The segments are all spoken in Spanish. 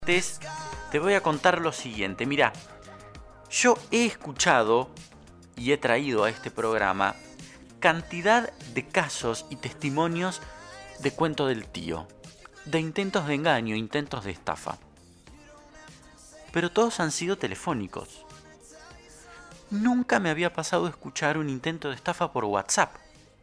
Te voy a contar lo siguiente. Mira, yo he escuchado y he traído a este programa cantidad de casos y testimonios de cuento del tío, de intentos de engaño, intentos de estafa. Pero todos han sido telefónicos. Nunca me había pasado escuchar un intento de estafa por WhatsApp.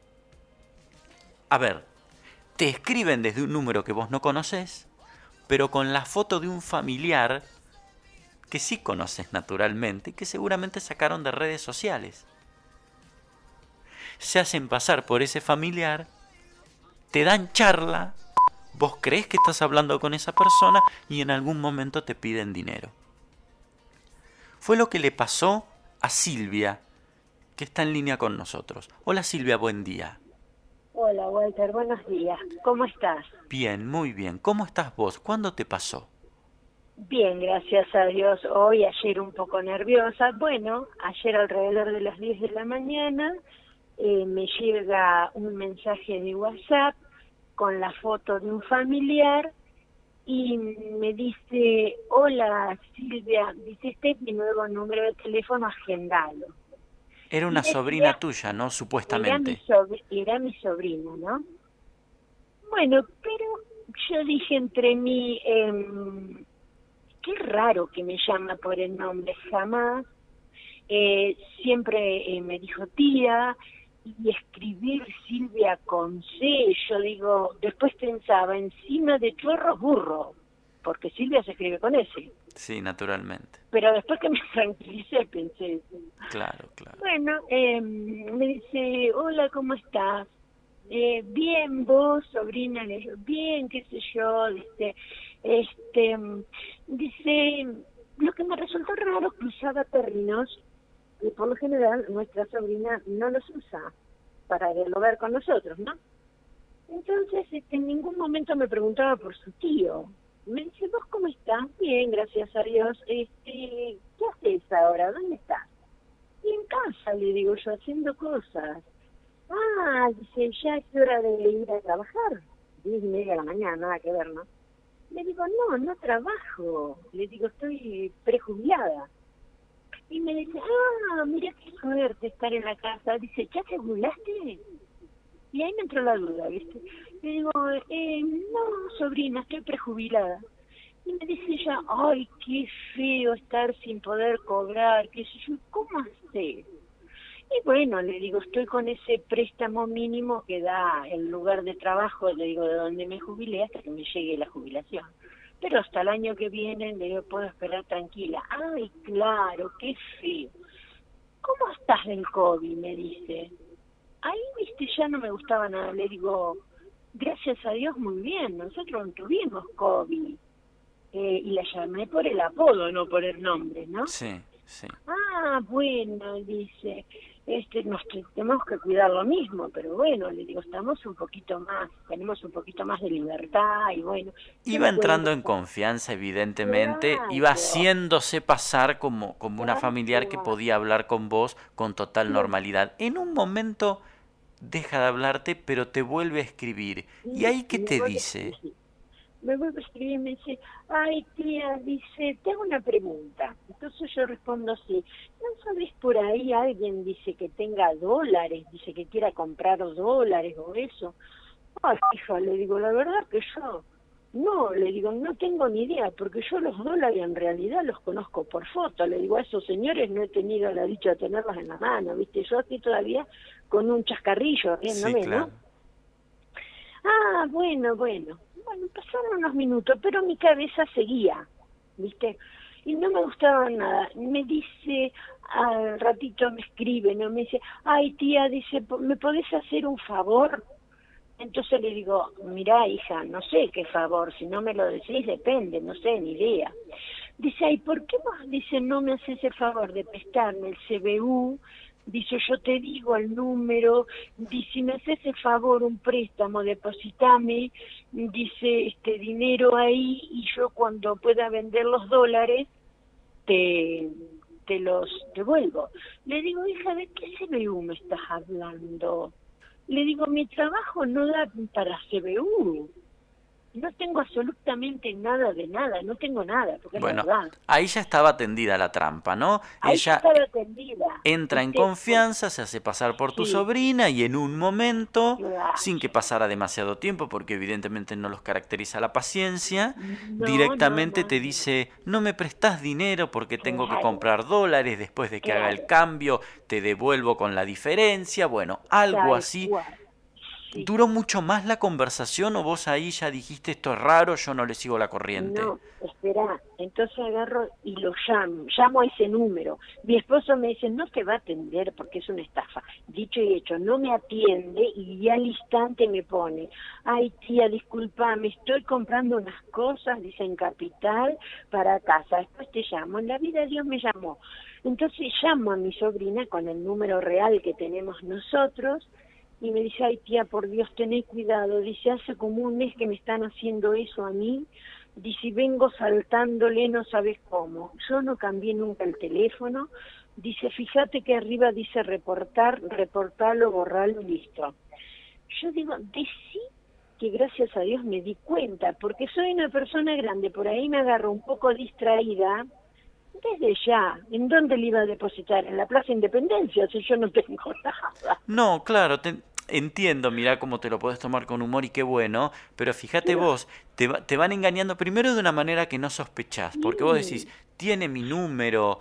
A ver, te escriben desde un número que vos no conocés, pero con la foto de un familiar que sí conoces naturalmente y que seguramente sacaron de redes sociales. Se hacen pasar por ese familiar, te dan charla, vos crees que estás hablando con esa persona y en algún momento te piden dinero. Fue lo que le pasó a Silvia, que está en línea con nosotros. Hola Silvia, buen día. Hola Walter, buenos días. ¿Cómo estás? Bien, muy bien. ¿Cómo estás vos? ¿Cuándo te pasó? Bien, gracias a Dios. Hoy, ayer un poco nerviosa. Bueno, ayer alrededor de las 10 de la mañana me llega un mensaje de WhatsApp con la foto de un familiar y me dice, hola Silvia, dice, este es mi nuevo número de teléfono, agendalo. Era Y una decía, sobrina tuya, ¿no? Supuestamente. era mi sobrina, ¿no? Bueno, pero yo dije entre mí, qué raro que me llama por el nombre, jamás. Siempre me dijo tía, y escribir Silvia con C, yo digo, después pensaba, encima de chorros burro, porque Silvia se escribe con S. Sí, naturalmente. Pero después que me tranquilicé pensé, Claro, claro. bueno, me dice, hola, ¿cómo estás? Bien, vos, sobrina, le digo, bien, qué sé yo, dice, lo que me resultó raro, que usaba términos que por lo general nuestra sobrina no los usa para dialogar con nosotros, ¿no? Entonces, en ningún momento me preguntaba por su tío. Me dice, ¿vos cómo estás? Bien, gracias a Dios. ¿Qué haces ahora? ¿Dónde estás? Y en casa, le digo yo, haciendo cosas. Ah, dice, ya es hora de ir a trabajar. 10:30 de la mañana, nada que ver, ¿no? Le digo, no trabajo. Le digo, estoy prejubilada. Y me dice, mira qué suerte estar en la casa. Dice, ¿ya te jubilaste? Y ahí me entró la duda, ¿viste? Le digo, no, sobrina, estoy prejubilada. Y me dice ella, ay, qué feo estar sin poder cobrar, qué sé yo, ¿cómo haces? Y bueno, le digo, estoy con ese préstamo mínimo que da el lugar de trabajo, le digo, de donde me jubilé hasta que me llegue la jubilación. Pero hasta el año que viene, le digo, puedo esperar tranquila. Ay, claro, qué feo. ¿Cómo estás del COVID? Me dice. Ahí, viste, ya no me gustaba nada. Le digo, gracias a Dios, muy bien, nosotros no tuvimos COVID. Y la llamé por el apodo, no por el nombre, ¿no? Sí, sí. Ah, bueno, dice, nos tenemos que cuidar lo mismo, pero bueno, le digo, estamos un poquito más, tenemos un poquito más de libertad y bueno, ¿qué Iba me entrando en cuenta? confianza, evidentemente, iba Claro, haciéndose pasar como una tal familiar que cual. podía hablar con vos con total Le- normalidad. En un momento deja de hablarte, pero te vuelve a escribir. ¿Y y ahí qué me te vuelve a dice? escribir, me vuelve a escribir y me dice, ay tía, dice, te hago una pregunta. Entonces yo respondo así, ¿no sabes por ahí alguien dice que tenga dólares, dice que quiera comprar dólares o eso? Ay, hija, le digo, la verdad que yo, no, le digo, no tengo ni idea, porque yo los dólares en realidad los conozco por foto, le digo, a esos señores no he tenido la dicha de tenerlos en la mano, ¿viste? Yo aquí todavía con un chascarrillo, Sí, riéndome, ¿no? claro. Bueno, pasaron unos minutos, pero mi cabeza seguía, ¿viste? Y no me gustaba nada. Me dice, al ratito me escribe, ¿no? Me dice, ay tía, dice, ¿me podés hacer un favor? Entonces le digo, mirá hija, no sé qué favor, si no me lo decís depende, no sé, ni idea. Dice, ay, ¿por qué vos, dice, no me haces el favor de prestarme el CBU? Dice, yo te digo el número, dice, si me haces el favor un préstamo, depositame, dice, este dinero ahí y yo cuando pueda vender los dólares te, te los devuelvo. Le digo, hija, ¿de qué CBU me estás hablando? Le digo, mi trabajo no da para CBU. no tengo absolutamente nada de nada, no tengo nada, porque Bueno, es la verdad. ahí ya estaba tendida la trampa, ¿no? Ahí Ella estaba atendida. entra en ¿Viste? confianza, se hace pasar por tu Sí, sobrina y en un momento, claro. sin que pasara demasiado tiempo, porque evidentemente no los caracteriza la paciencia, No, no, directamente no, te no. dice, no me prestás dinero porque tengo que Claro, comprar dólares, después de que haga el claro, cambio, te devuelvo con la diferencia, bueno, algo tal así. cual. Sí. ¿Duró mucho más la conversación o vos ahí ya dijiste esto es raro, yo no le sigo la corriente? No, espera, entonces agarro y lo llamo a ese número. Mi esposo me dice, no te va a atender porque es una estafa. Dicho y hecho, no me atiende y ya al instante me pone, ay tía, discúlpame, estoy comprando unas cosas, dice en Capital, para casa, después te llamo. En la vida Dios me llamó. Entonces llamo a mi sobrina con el número real que tenemos nosotros, y me dice, ay tía, por Dios, tené cuidado. Dice, hace como un mes que me están haciendo eso a mí. Dice, vengo saltándole, no sabes cómo. Yo no cambié nunca el teléfono. Dice, fíjate que arriba dice reportar, reportarlo, borrarlo y listo. Yo digo, decí que gracias a Dios me di cuenta, porque soy una persona grande, por ahí me agarro un poco distraída. Desde ya, ¿en dónde le iba a depositar? En la Plaza Independencia, si yo no tengo nada. No, claro, entiendo, mirá cómo te lo podés tomar con humor y qué bueno, pero fíjate Pero vos, te van engañando primero de una manera que no sospechás, porque vos decís, sí, tiene mi número,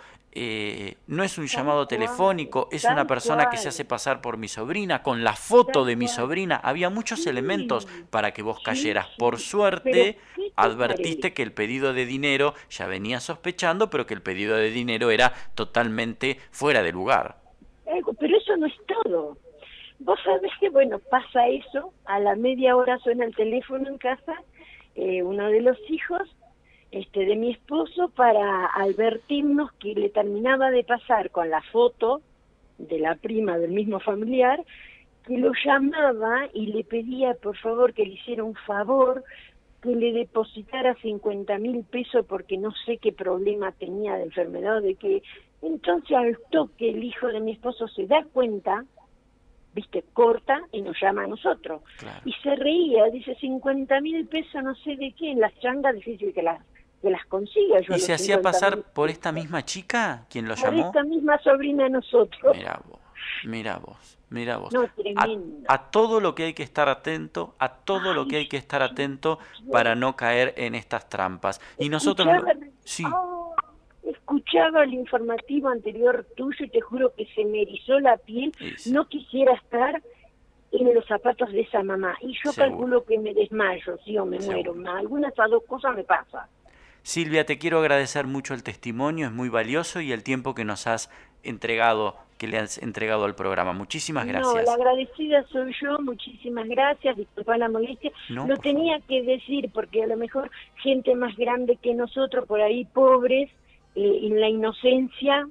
no es un tal llamado cual, telefónico, es una tal persona que se hace cual, pasar por mi sobrina, con la foto tal de mi cual. sobrina, había muchos elementos Sí, para que vos sí, cayeras. Por sí. Pero, suerte, ¿qué te advertiste que parece? el pedido de dinero ya venía sospechando, pero que el pedido de dinero era totalmente fuera de lugar. Pero eso no es todo. Vos sabés que, bueno, pasa eso, a la media hora suena el teléfono en casa, uno de los hijos de mi esposo para advertirnos que le terminaba de pasar con la foto de la prima del mismo familiar, que lo llamaba y le pedía por favor que le hiciera un favor, que le depositara 50.000 pesos porque no sé qué problema tenía de enfermedad, de que entonces al toque el hijo de mi esposo se da cuenta, viste, corta y nos llama a nosotros. Claro. Y se reía, dice 50.000 pesos no sé de qué, en las changas difícil que las consiga yo a ¿Y los se hacía 50.000 pasar por esta pesos. misma chica, quien lo Por llamó? esta misma sobrina de nosotros. Mira vos, mira vos, mira vos. No, A, tremendo. a todo lo que hay que estar atento, a todo lo Ay, que hay que estar sí, atento yo para no caer en estas trampas. Y nosotros, escuchaba, sí, escuchaba el informativo anterior tuyo y te juro que se me erizó la piel. sí, No quisiera estar en los zapatos de esa mamá. Y yo seguro, calculo que me desmayo, sí, o me muero. seguro. Algunas de esas dos cosas me pasa. Silvia, te quiero agradecer mucho el testimonio, es muy valioso y el tiempo que nos has entregado, que le has entregado al programa. Muchísimas No, la gracias. agradecida soy yo, muchísimas gracias, disculpa la molestia, No, lo por favor. tenía que decir porque a lo mejor gente más grande que nosotros, por ahí pobres, en la inocencia,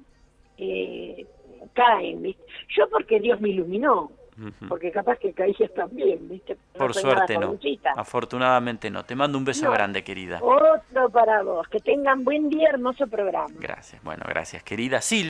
caen, ¿viste? Yo porque Dios me iluminó, Ujú. porque capaz que caías también, ¿viste? No Por soy nada suerte no. jovencita. Afortunadamente no. Te mando un beso No, grande, querida. otro para vos, que tengan buen día, hermoso programa. Gracias. Bueno, gracias, querida Silvia.